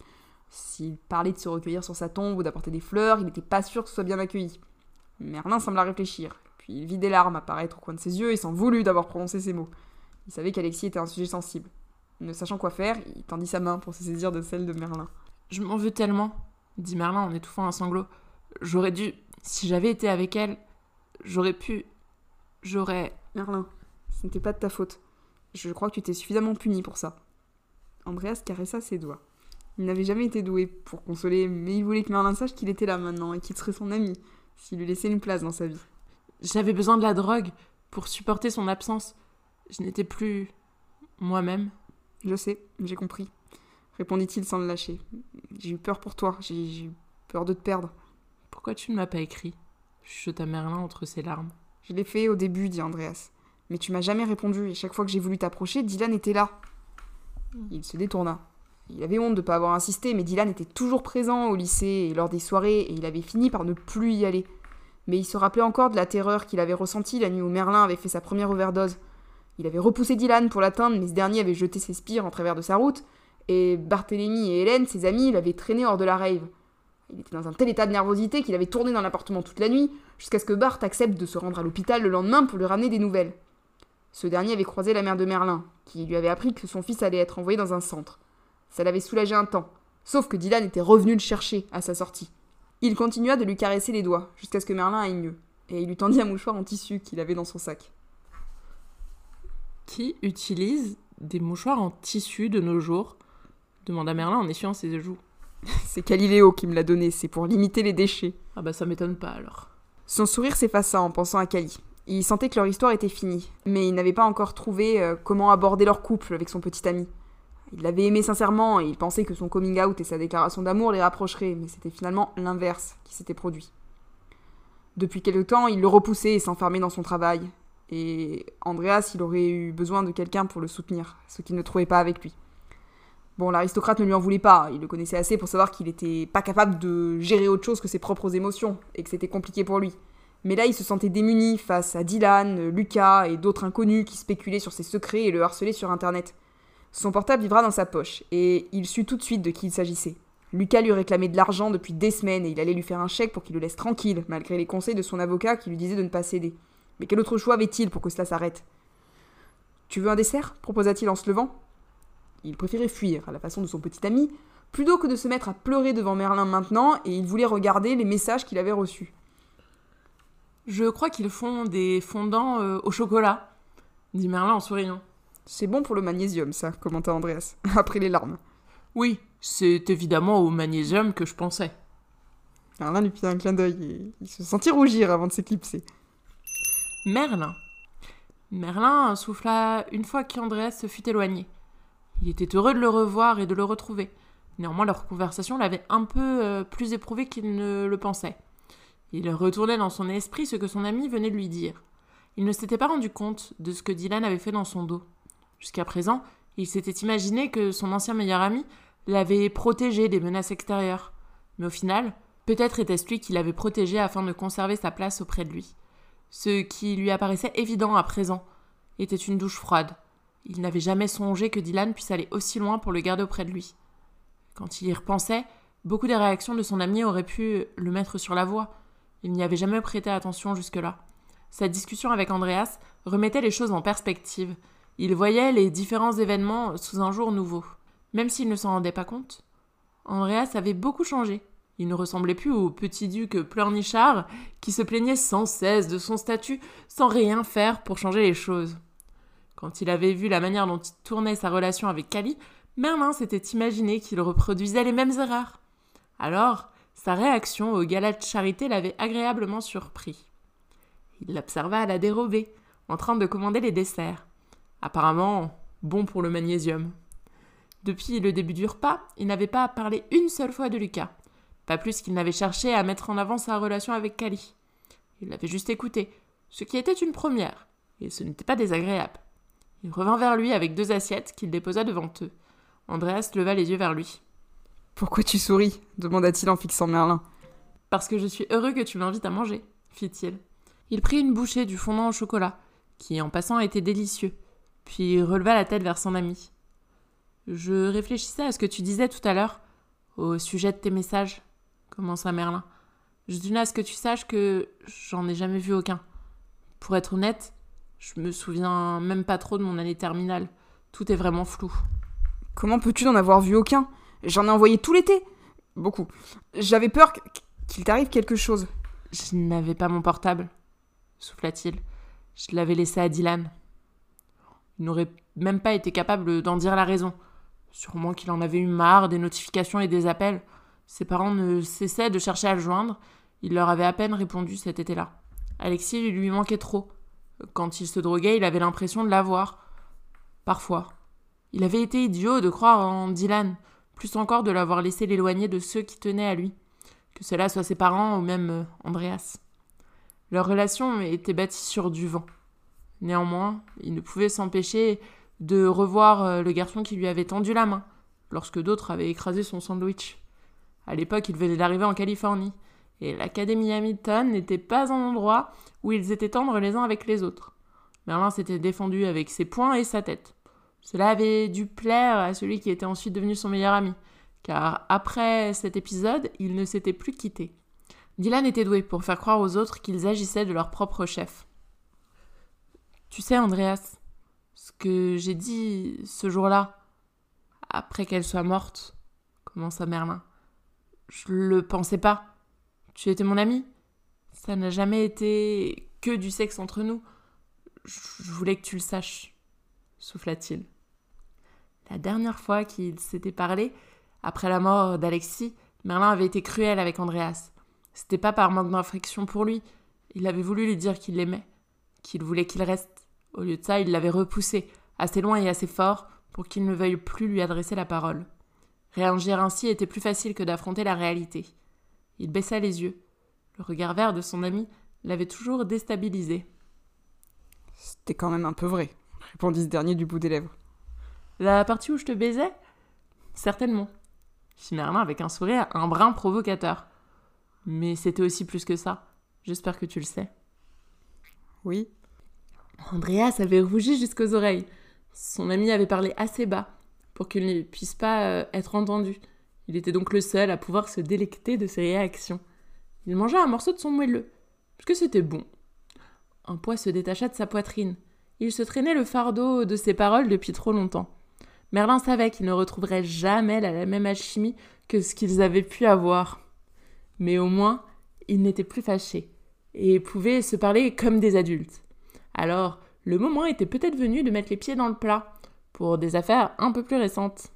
S'il parlait de se recueillir sur sa tombe ou d'apporter des fleurs, il n'était pas sûr que ce soit bien accueilli. Merlin sembla réfléchir, puis il vit des larmes apparaître au coin de ses yeux et s'en voulut d'avoir prononcé ces mots. Il savait qu'Alexis était un sujet sensible. Ne sachant quoi faire, il tendit sa main pour se saisir de celle de Merlin. « Je m'en veux tellement, » dit Merlin en étouffant un sanglot. « J'aurais dû... Si j'avais été avec elle, j'aurais pu... J'aurais... » Merlin, ce n'était pas de ta faute. Je crois que tu t'es suffisamment puni pour ça. Andreas caressa ses doigts. Il n'avait jamais été doué pour consoler, mais il voulait que Merlin sache qu'il était là maintenant et qu'il serait son ami, s'il lui laissait une place dans sa vie. J'avais besoin de la drogue pour supporter son absence. Je n'étais plus... moi-même. Je sais, j'ai compris, répondit-il sans le lâcher. J'ai eu peur pour toi, j'ai, j'ai eu peur de te perdre. Pourquoi tu ne m'as pas écrit ? Chuchota Merlin entre ses larmes. Je l'ai fait au début, dit Andreas. Mais tu m'as jamais répondu, et chaque fois que j'ai voulu t'approcher, Dylan était là. Il se détourna. Il avait honte de ne pas avoir insisté, mais Dylan était toujours présent au lycée et lors des soirées, et il avait fini par ne plus y aller. Mais il se rappelait encore de la terreur qu'il avait ressentie la nuit où Merlin avait fait sa première overdose. Il avait repoussé Dylan pour l'atteindre, mais ce dernier avait jeté ses spires en travers de sa route, et Barthélemy et Hélène, ses amis, l'avaient traîné hors de la rave. Il était dans un tel état de nervosité qu'il avait tourné dans l'appartement toute la nuit, jusqu'à ce que Bart accepte de se rendre à l'hôpital le lendemain pour lui ramener des nouvelles. Ce dernier avait croisé la mère de Merlin, qui lui avait appris que son fils allait être envoyé dans un centre. Ça l'avait soulagé un temps, sauf que Dylan était revenu le chercher à sa sortie. Il continua de lui caresser les doigts, jusqu'à ce que Merlin aille mieux, et il lui tendit un mouchoir en tissu qu'il avait dans son sac. Qui utilise des mouchoirs en tissu de nos jours ? Demanda Merlin en essuyant ses joues. C'est Galiléo qui me l'a donné, c'est pour limiter les déchets. Ah bah ça m'étonne pas alors. Son sourire s'effaça en pensant à Cali. Il sentait que leur histoire était finie, mais il n'avait pas encore trouvé euh, comment aborder leur couple avec son petit ami. Il l'avait aimé sincèrement et il pensait que son coming out et sa déclaration d'amour les rapprocheraient, mais c'était finalement l'inverse qui s'était produit. Depuis quelque temps, il le repoussait et s'enfermait dans son travail. Et Andreas, il aurait eu besoin de quelqu'un pour le soutenir, ce qu'il ne trouvait pas avec lui. Bon, l'aristocrate ne lui en voulait pas, il le connaissait assez pour savoir qu'il était pas capable de gérer autre chose que ses propres émotions, et que c'était compliqué pour lui. Mais là, il se sentait démuni face à Dylan, Lucas et d'autres inconnus qui spéculaient sur ses secrets et le harcelaient sur Internet. Son portable vibra dans sa poche, et il sut tout de suite de qui il s'agissait. Lucas lui réclamait de l'argent depuis des semaines, et il allait lui faire un chèque pour qu'il le laisse tranquille, malgré les conseils de son avocat qui lui disait de ne pas céder. Mais quel autre choix avait-il pour que cela s'arrête ? « Tu veux un dessert ?» proposa-t-il en se levant. Il préférait fuir, à la façon de son petit ami, plutôt que de se mettre à pleurer devant Merlin maintenant, et il voulait regarder les messages qu'il avait reçus. Je crois qu'ils font des fondants euh, au chocolat, dit Merlin en souriant. C'est bon pour le magnésium, ça, commenta Andreas, après les larmes. Oui, c'est évidemment au magnésium que je pensais. Merlin lui fit un clin d'œil et il se sentit rougir avant de s'éclipser. Merlin. Merlin souffla une fois qu'Andreas se fut éloigné. Il était heureux de le revoir et de le retrouver. Néanmoins, leur conversation l'avait un peu euh, plus éprouvé qu'il ne le pensait. Il retournait dans son esprit ce que son ami venait de lui dire. Il ne s'était pas rendu compte de ce que Dylan avait fait dans son dos. Jusqu'à présent, il s'était imaginé que son ancien meilleur ami l'avait protégé des menaces extérieures. Mais au final, peut-être était-ce lui qui l'avait protégé afin de conserver sa place auprès de lui. Ce qui lui apparaissait évident à présent était une douche froide. Il n'avait jamais songé que Dylan puisse aller aussi loin pour le garder auprès de lui. Quand il y repensait, beaucoup des réactions de son ami auraient pu le mettre sur la voie. Il n'y avait jamais prêté attention jusque-là. Sa discussion avec Andreas remettait les choses en perspective. Il voyait les différents événements sous un jour nouveau. Même s'il ne s'en rendait pas compte, Andreas avait beaucoup changé. Il ne ressemblait plus au petit duc pleurnichard qui se plaignait sans cesse de son statut sans rien faire pour changer les choses. Quand il avait vu la manière dont il tournait sa relation avec Cali, Merlin s'était imaginé qu'il reproduisait les mêmes erreurs. Alors, sa réaction au gala de charité l'avait agréablement surpris. Il l'observa à la dérobée, en train de commander les desserts. Apparemment, bon pour le magnésium. Depuis le début du repas, il n'avait pas parlé une seule fois de Lucas. Pas plus qu'il n'avait cherché à mettre en avant sa relation avec Cali. Il l'avait juste écouté, ce qui était une première, et ce n'était pas désagréable. Il revint vers lui avec deux assiettes qu'il déposa devant eux. Andreas leva les yeux vers lui. « Pourquoi tu souris ?» demanda-t-il en fixant Merlin. « Parce que je suis heureux que tu m'invites à manger, » fit-il. Il prit une bouchée du fondant au chocolat, qui en passant était délicieux, puis releva la tête vers son ami. « Je réfléchissais à ce que tu disais tout à l'heure, au sujet de tes messages, » commença Merlin. « Je tenais à ce que tu saches que j'en ai jamais vu aucun. Pour être honnête, je me souviens même pas trop de mon année terminale. Tout est vraiment flou. » « Comment peux-tu n'en avoir vu aucun ? J'en ai envoyé tout l'été. Beaucoup. J'avais peur qu'il t'arrive quelque chose. » « Je n'avais pas mon portable, » souffla-t-il. « Je l'avais laissé à Dylan. Il n'aurait même pas été capable d'en dire la raison. Sûrement qu'il en avait eu marre des notifications et des appels. Ses parents ne cessaient de chercher à le joindre. Il leur avait à peine répondu cet été-là. Alexis lui manquait trop. Quand il se droguait, il avait l'impression de l'avoir. Parfois. Il avait été idiot de croire en Dylan, plus encore de l'avoir laissé l'éloigner de ceux qui tenaient à lui, que cela soit ses parents ou même euh, Andreas. Leur relation était bâtie sur du vent. Néanmoins, il ne pouvait s'empêcher de revoir euh, le garçon qui lui avait tendu la main, lorsque d'autres avaient écrasé son sandwich. À l'époque, il venait d'arriver en Californie, et l'Académie Hamilton n'était pas un endroit où ils étaient tendres les uns avec les autres. Merlin s'était défendu avec ses poings et sa tête. Cela avait dû plaire à celui qui était ensuite devenu son meilleur ami, car après cet épisode, ils ne s'étaient plus quittés. Dylan était doué pour faire croire aux autres qu'ils agissaient de leur propre chef. « Tu sais, Andreas, ce que j'ai dit ce jour-là, après qu'elle soit morte, » commença Merlin. « Je le pensais pas. Tu étais mon ami. Ça n'a jamais été que du sexe entre nous. Je voulais que tu le saches, » souffla-t-il. La dernière fois qu'ils s'étaient parlé, après la mort d'Alexis, Merlin avait été cruel avec Andreas. C'était pas par manque d'affection pour lui. Il avait voulu lui dire qu'il l'aimait, qu'il voulait qu'il reste. Au lieu de ça, il l'avait repoussé, assez loin et assez fort, pour qu'il ne veuille plus lui adresser la parole. Réagir ainsi était plus facile que d'affronter la réalité. Il baissa les yeux. Le regard vert de son ami l'avait toujours déstabilisé. « C'était quand même un peu vrai, » répondit ce dernier du bout des lèvres. « La partie où je te baisais ? Certainement. » fit Merlin avec un sourire un brin provocateur. « Mais c'était aussi plus que ça. J'espère que tu le sais. » « Oui. » Andreas avait rougi jusqu'aux oreilles. Son ami avait parlé assez bas pour qu'il ne puisse pas euh, être entendu. Il était donc le seul à pouvoir se délecter de ses réactions. Il mangea un morceau de son moelleux, parce que c'était bon. Un poids se détacha de sa poitrine. Il se traînait le fardeau de ses paroles depuis trop longtemps. Merlin savait qu'ils ne retrouveraient jamais la, la même alchimie que ce qu'ils avaient pu avoir. Mais au moins, ils n'étaient plus fâchés et pouvaient se parler comme des adultes. Alors, le moment était peut-être venu de mettre les pieds dans le plat pour des affaires un peu plus récentes.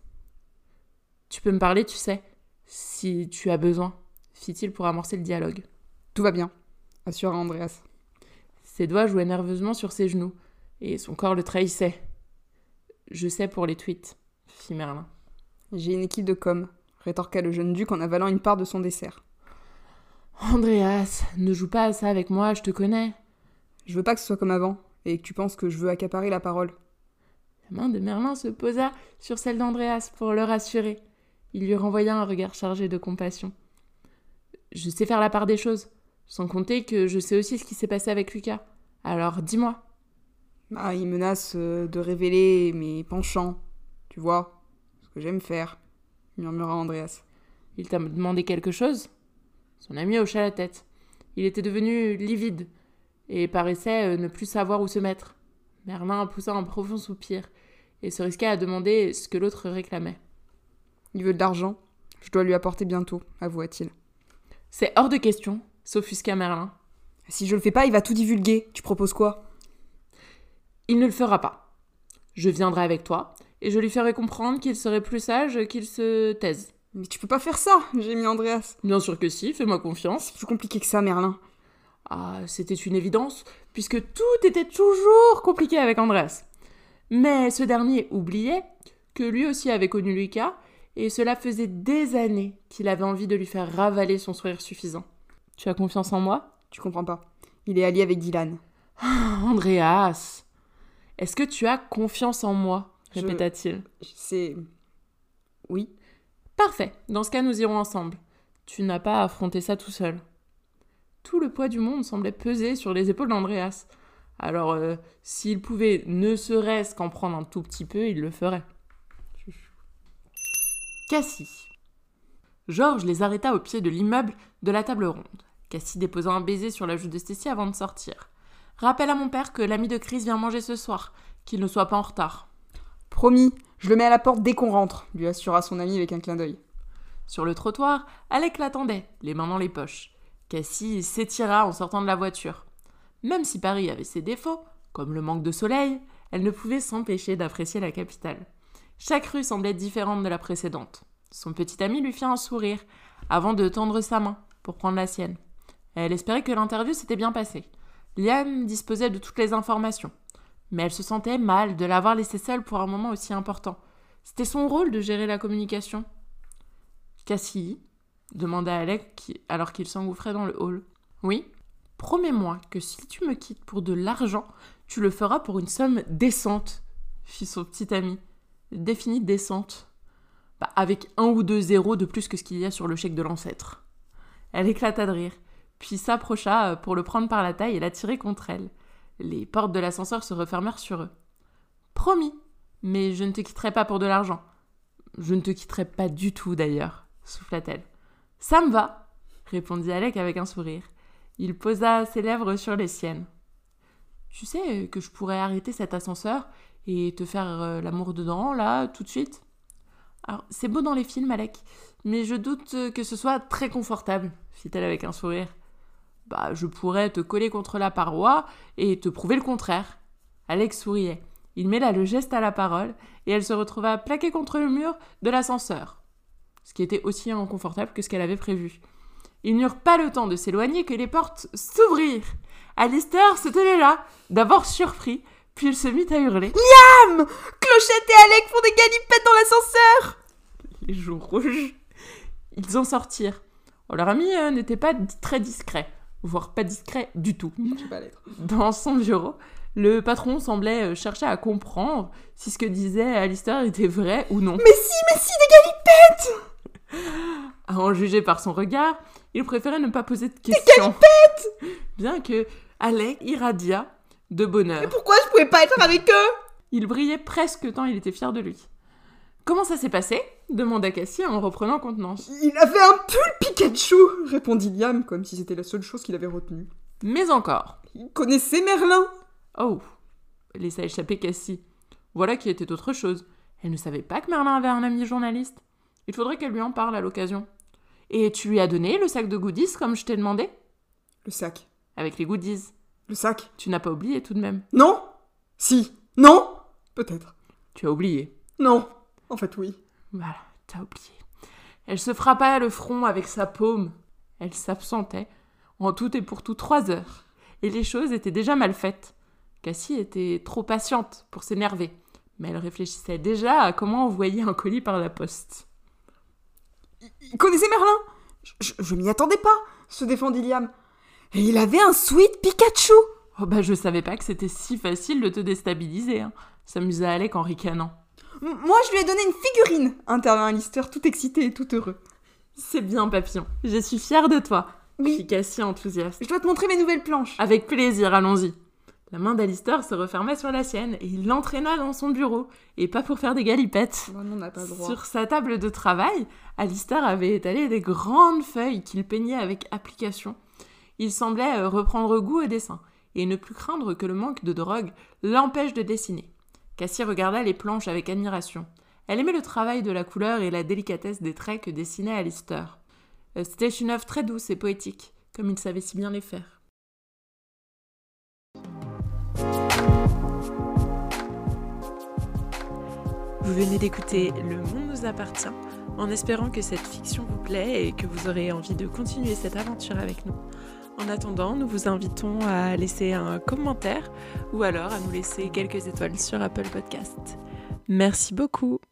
« Tu peux me parler, tu sais, si tu as besoin », fit-il pour amorcer le dialogue. « Tout va bien », assura Andreas. Ses doigts jouaient nerveusement sur ses genoux et son corps le trahissait. « Je sais pour les tweets », fit Merlin. « J'ai une équipe de com », rétorqua le jeune duc en avalant une part de son dessert. « Andreas, ne joue pas à ça avec moi, je te connais. »« Je veux pas que ce soit comme avant, et que tu penses que je veux accaparer la parole. » La main de Merlin se posa sur celle d'Andreas pour le rassurer. Il lui renvoya un regard chargé de compassion. « Je sais faire la part des choses, sans compter que je sais aussi ce qui s'est passé avec Lucas. Alors, dis-moi. » Ah, il menace euh, de révéler mes penchants, tu vois, ce que j'aime faire, murmura Andreas. « Il t'a demandé quelque chose ?» Son ami hocha la tête. Il était devenu livide et paraissait ne plus savoir où se mettre. Merlin poussa un profond soupir et se risqua à demander ce que l'autre réclamait. « Il veut de l'argent. Je dois lui apporter bientôt, avoua-t-il. »« C'est hors de question, s'offusqua Merlin. »« Si je le fais pas, il va tout divulguer. Tu proposes quoi ?»« Il ne le fera pas. Je viendrai avec toi et je lui ferai comprendre qu'il serait plus sage qu'il se taise. »« Mais tu peux pas faire ça, j'ai mis Andreas. »« Bien sûr que si, fais-moi confiance. »« C'est plus compliqué que ça, Merlin. » Ah, c'était une évidence, puisque tout était toujours compliqué avec Andreas. Mais ce dernier oubliait que lui aussi avait connu Lucas, et cela faisait des années qu'il avait envie de lui faire ravaler son sourire suffisant. « Tu as confiance en moi ?»« Tu comprends pas. Il est allié avec Dylan. »« Ah, Andreas, est-ce que tu as confiance en moi ?» répéta-t-il. Je... C'est... Oui. Parfait, dans ce cas nous irons ensemble. Tu n'as pas à affronter ça tout seul. Tout le poids du monde semblait peser sur les épaules d'Andreas. Alors, euh, s'il pouvait ne serait-ce qu'en prendre un tout petit peu, il le ferait. Cassie. Georges les arrêta au pied de l'immeuble de la table ronde. Cassie déposa un baiser sur la joue de Stacy avant de sortir. « Rappelle à mon père que l'ami de Chris vient manger ce soir, qu'il ne soit pas en retard. »« Promis, je le mets à la porte dès qu'on rentre », lui assura son ami avec un clin d'œil. Sur le trottoir, Alec l'attendait, les mains dans les poches. Cassie s'étira en sortant de la voiture. Même si Paris avait ses défauts, comme le manque de soleil, elle ne pouvait s'empêcher d'apprécier la capitale. Chaque rue semblait différente de la précédente. Son petit ami lui fit un sourire, avant de tendre sa main pour prendre la sienne. Elle espérait que l'interview s'était bien passée. Liam disposait de toutes les informations, mais elle se sentait mal de l'avoir laissé seule pour un moment aussi important. C'était son rôle de gérer la communication. « Cassie ?» demanda Alec alors qu'il s'engouffrait dans le hall. « Oui, promets-moi que si tu me quittes pour de l'argent, tu le feras pour une somme décente, » fit son petit ami. « Définie décente. Bah, avec un ou deux zéros de plus que ce qu'il y a sur le chèque de l'ancêtre. » Elle éclata de rire, puis s'approcha pour le prendre par la taille et l'attirer contre elle. Les portes de l'ascenseur se refermèrent sur eux. « Promis, mais je ne te quitterai pas pour de l'argent. Je ne te quitterai pas du tout d'ailleurs, » souffla-t-elle. « Ça me va, » répondit Alec avec un sourire. Il posa ses lèvres sur les siennes. « Tu sais que je pourrais arrêter cet ascenseur et te faire euh, l'amour dedans, là, tout de suite ? Alors, c'est beau dans les films, Alec, mais je doute que ce soit très confortable, » fit-elle avec un sourire. « Bah, je pourrais te coller contre la paroi et te prouver le contraire. » Alec souriait. Il mêla le geste à la parole et elle se retrouva plaquée contre le mur de l'ascenseur, ce qui était aussi inconfortable que ce qu'elle avait prévu. Ils n'eurent pas le temps de s'éloigner que les portes s'ouvrirent. Alistair se tenait là, d'abord surpris, puis il se mit à hurler. « Liam ! Clochette et Alec font des galipettes dans l'ascenseur !» Les joues rouges. Ils en sortirent. Oh, leur ami euh, n'était pas d- très discret, voire pas discret du tout. Tu vas l'être. Dans son bureau, le patron semblait chercher à comprendre si ce que disait Alistair était vrai ou non. « Mais si, mais si, des galipettes !» À en juger par son regard, il préférait ne pas poser de questions. Des galipettes ! Bien que Alec irradia de bonheur. Mais pourquoi je pouvais pas être avec eux ? Il brillait presque tant il était fier de lui. « Comment ça s'est passé ?» demanda Cassie en reprenant contenance. « Il avait un pull Pikachu !» répondit Liam, comme si c'était la seule chose qu'il avait retenue. « Mais encore. »« Il connaissait Merlin !» Oh !» laissa échapper Cassie. Voilà qui était autre chose. Elle ne savait pas que Merlin avait un ami journaliste. Il faudrait qu'elle lui en parle à l'occasion. Et tu lui as donné le sac de goodies comme je t'ai demandé ? Le sac. Avec les goodies. Le sac. Tu n'as pas oublié tout de même. Non ? Si. Non ? Peut-être. Tu as oublié. Non. En fait, oui. Voilà, t'as oublié. Elle se frappa le front avec sa paume. Elle s'absentait, en tout et pour tout, trois heures. Et les choses étaient déjà mal faites. Cassie était trop patiente pour s'énerver, mais elle réfléchissait déjà à comment envoyer un colis par la poste. Il connaissait Merlin ? Je, je m'y attendais pas, se défendit Liam. Et il avait un sweat Pikachu ! Oh bah je savais pas que c'était si facile de te déstabiliser, hein. S'amusa Alec en ricanant. M- moi je lui ai donné une figurine, intervint Lister tout excité et tout heureux. C'est bien, papillon. Je suis fière de toi. Oui. Fit Cassie enthousiaste. Je dois te montrer mes nouvelles planches. Avec plaisir, allons-y. La main d'Alister se referma sur la sienne et il l'entraîna dans son bureau, et pas pour faire des galipettes. Bon, non, on n'a pas le droit. Sur sa table de travail, Alister avait étalé des grandes feuilles qu'il peignait avec application. Il semblait reprendre goût au dessin, et ne plus craindre que le manque de drogue l'empêche de dessiner. Cassie regarda les planches avec admiration. Elle aimait le travail de la couleur et la délicatesse des traits que dessinait Alister. C'était une œuvre très douce et poétique, comme il savait si bien les faire. Vous venez d'écouter Le Monde nous appartient, en espérant que cette fiction vous plaît et que vous aurez envie de continuer cette aventure avec nous. En attendant, nous vous invitons à laisser un commentaire ou alors à nous laisser quelques étoiles sur Apple Podcast. Merci beaucoup.